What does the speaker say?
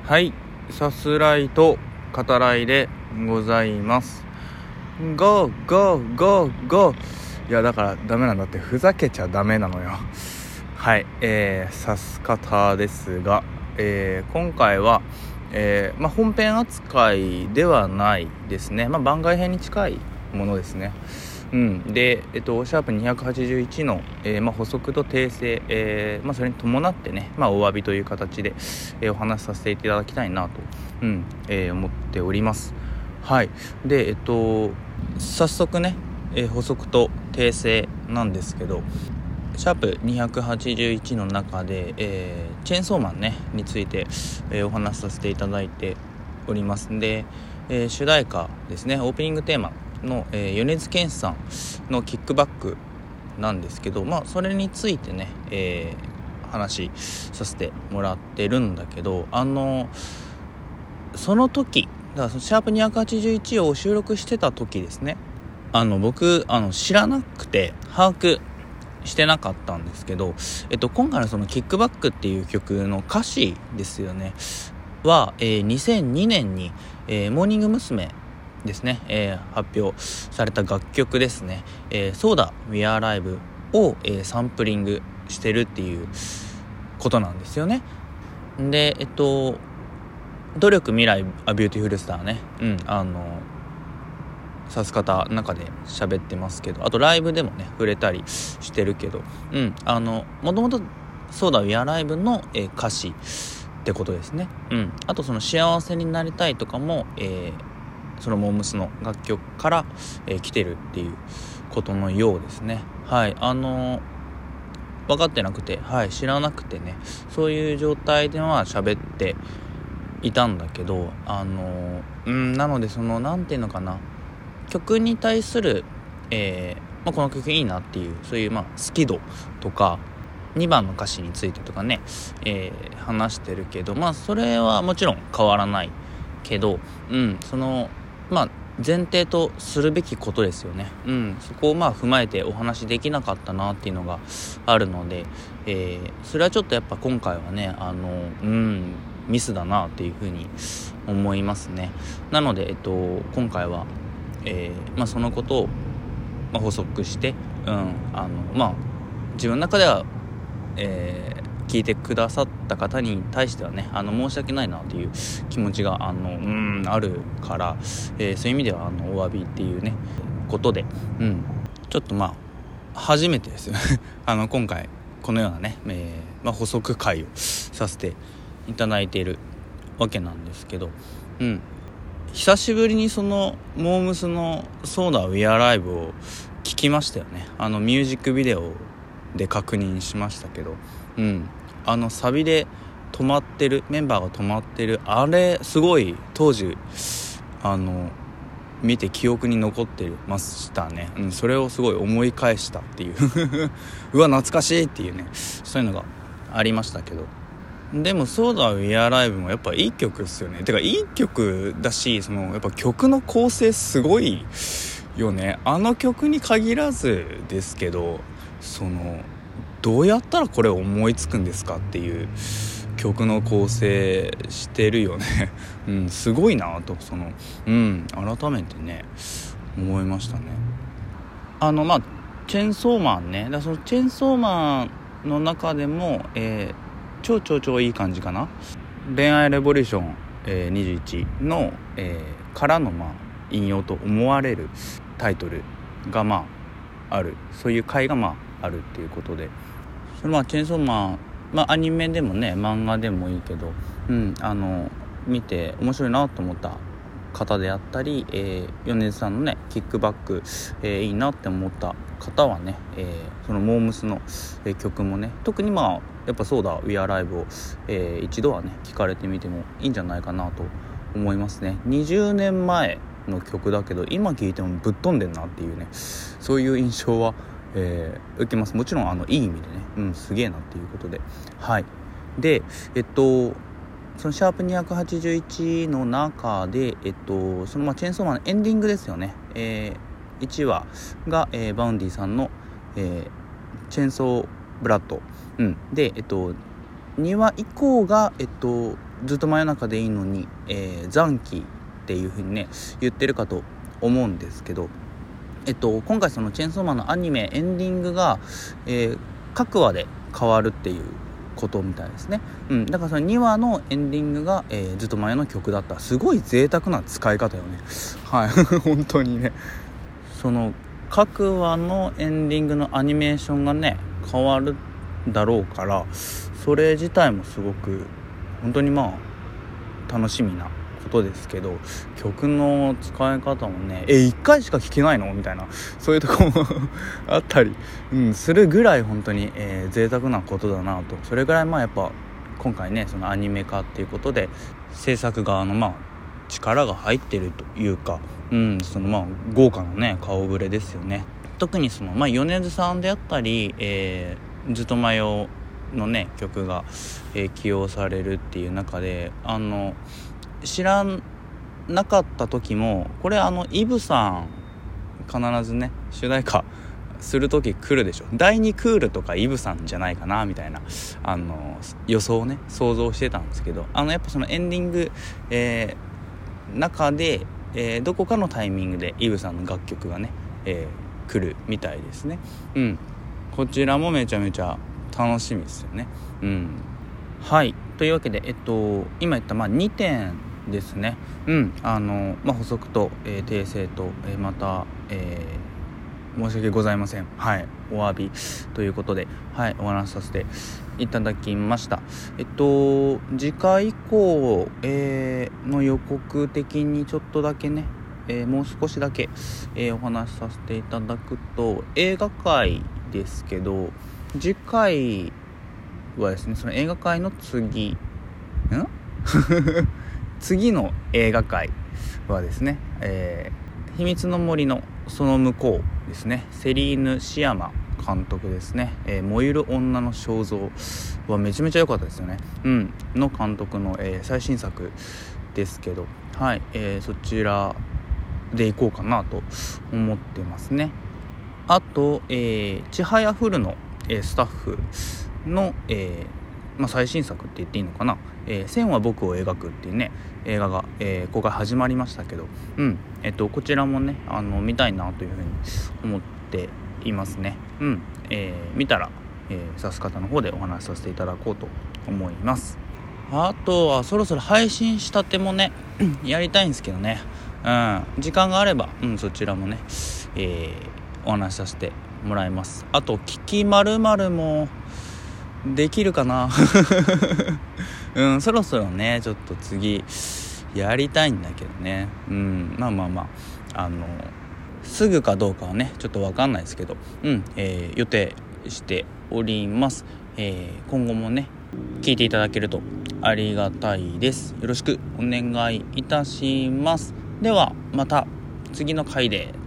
はい、さすらいと語らいでございます。ゴーゴーゴーゴー。いやだからダメなんだって、ふざけちゃダメなのよ。はい、さす方ですが、今回は、本編扱いではないですね。番外編に近いものですね。で、シャープ281の、補足と訂正、それに伴ってね、お詫びという形で、お話しさせていただきたいなと、思っております。はい。で、早速ね、補足と訂正なんですけど、シャープ281の中で、チェーンソーマンねについて、お話しさせていただいておりますんで、主題歌ですね、オープニングテーマの、米津玄師さんのキックバックなんですけど、それについてね、話させてもらってるんだけど、その時だからそのシャープ281を収録してた時ですね、僕知らなくて把握してなかったんですけど、今回のそのキックバックっていう曲の歌詞ですよねは、2002年に、モーニング娘。ですね、発表された楽曲ですね、ソーダ We Are Alive を、サンプリングしてるっていうことなんですよね。で、努力未来A Beautiful Star ね、さす方の中で喋ってますけど、あとライブでもね触れたりしてるけど、もともとソーダ We Are Alive の、歌詞ってことですね。あとその幸せになりたいとかも、そのモームスの楽曲から、来てるっていうことのようですね。はい、分かってなくて、知らなくてね、そういう状態では喋っていたんだけど、なのでそのなんていうのかな、曲に対する、この曲いいなっていうそういう好き度とか2番の歌詞についてとかね、話してるけど、それはもちろん変わらないけど、その前提とするべきことですよね。そこを踏まえてお話できなかったなっていうのがあるので、それはちょっとやっぱ今回はねミスだなっていうふうに思いますね。なので、今回は、そのことを、補足して、自分の中では、聞いてくださった方に対してはね申し訳ないなという気持ちがあるから、そういう意味ではお詫びっていうねことで、ちょっと初めてですよ今回このようなね、補足会をさせていただいているわけなんですけど、久しぶりにそのモームスのソーダ We Are Alive を聞きましたよね。ミュージックビデオで確認しましたけど、サビで止まってるメンバーが止まってるあれすごい当時見て記憶に残ってましたね。それをすごい思い返したっていううわ懐かしいっていうね、そういうのがありましたけど、でもソーダ We Are Alive もやっぱいい曲ですよね。てかいい曲だし、そのやっぱ曲の構成すごいよね。曲に限らずですけど、そのどうやったらこれ思いつくんですかっていう曲の構成してるよねすごいなと改めてね思いましたね。チェンソーマンね、そのチェンソーマンの中でも、超いい感じかな。恋愛レボリューション、21の、からの引用と思われるタイトルがある、そういう回があるっていうことで、それチェーンソーマン、アニメでもね漫画でもいいけど、見て面白いなと思った方であったり、米津さんのねキックバック、いいなって思った方はね、そのモームスの、曲もね、特にやっぱそうだ We Are Alive を、一度はね聴かれてみてもいいんじゃないかなと思いますね。20年前の曲だけど今聴いてもぶっ飛んでんなっていうね、そういう印象は受けます。もちろんいい意味でね、すげえなっていうことで、でそのシャープ281の中でそのチェーンソーマンのエンディングですよね。1話が、バウンディさんの、チェーンソーブラッド、で2話以降がずっと真夜中でいいのに、残機っていう風にね言ってるかと思うんですけど、今回そのチェーンソーマンのアニメエンディングが、各話で変わるっていうことみたいですね。だからその2話のエンディングが、ずっと前の曲だった。すごい贅沢な使い方よね。はい本当にね、その各話のエンディングのアニメーションがね変わるだろうから、それ自体もすごく本当に楽しみなことですけど、曲の使い方もね1回しか聴けないのみたいな、そういうとこもあったり、するぐらい本当に、贅沢なことだなと。それぐらいやっぱ今回ねそのアニメ化っていうことで制作側の力が入ってるというか、その豪華なね顔ぶれですよね。特にその米津さんであったり、ずっとマヨのね曲が、起用されるっていう中で、知らなかった時もこれイブさん必ずね主題歌する時来るでしょ。第2クールとかイブさんじゃないかなみたいな予想をね想像してたんですけど、やっぱそのエンディング、中で、どこかのタイミングでイブさんの楽曲がね、来るみたいですね。こちらもめちゃめちゃ楽しみですよね。はい、というわけで今言った2点ですね。補足と、訂正と、また、申し訳ございません。お詫びということで、お話しさせていただきました。次回以降、の予告的にちょっとだけね、もう少しだけ、お話しさせていただくと、映画界ですけど、次回はですねその映画界の次の映画界はですね、秘密の森のその向こうですね、セリーヌ・シアマ監督ですね、燃ゆる女の肖像はめちゃめちゃ良かったですよね。の監督の、最新作ですけど、そちらで行こうかなと思ってますね。あと、ちはやふるの、スタッフの、最新作って言っていいのかな、線は僕を描くっていうね映画が、公開始まりましたけど、こちらもね見たいなというふうに思っていますね。見たら、さす方の方でお話しさせていただこうと思います。あとはそろそろ配信したてもねやりたいんですけどね、時間があれば、そちらもね、お話しさせてもらいます。あと聞き〇〇もできるかなそろそろねちょっと次やりたいんだけどね。すぐかどうかはねちょっと分かんないですけど、予定しております。今後もね聞いていただけるとありがたいです。よろしくお願いいたします。ではまた次の回で。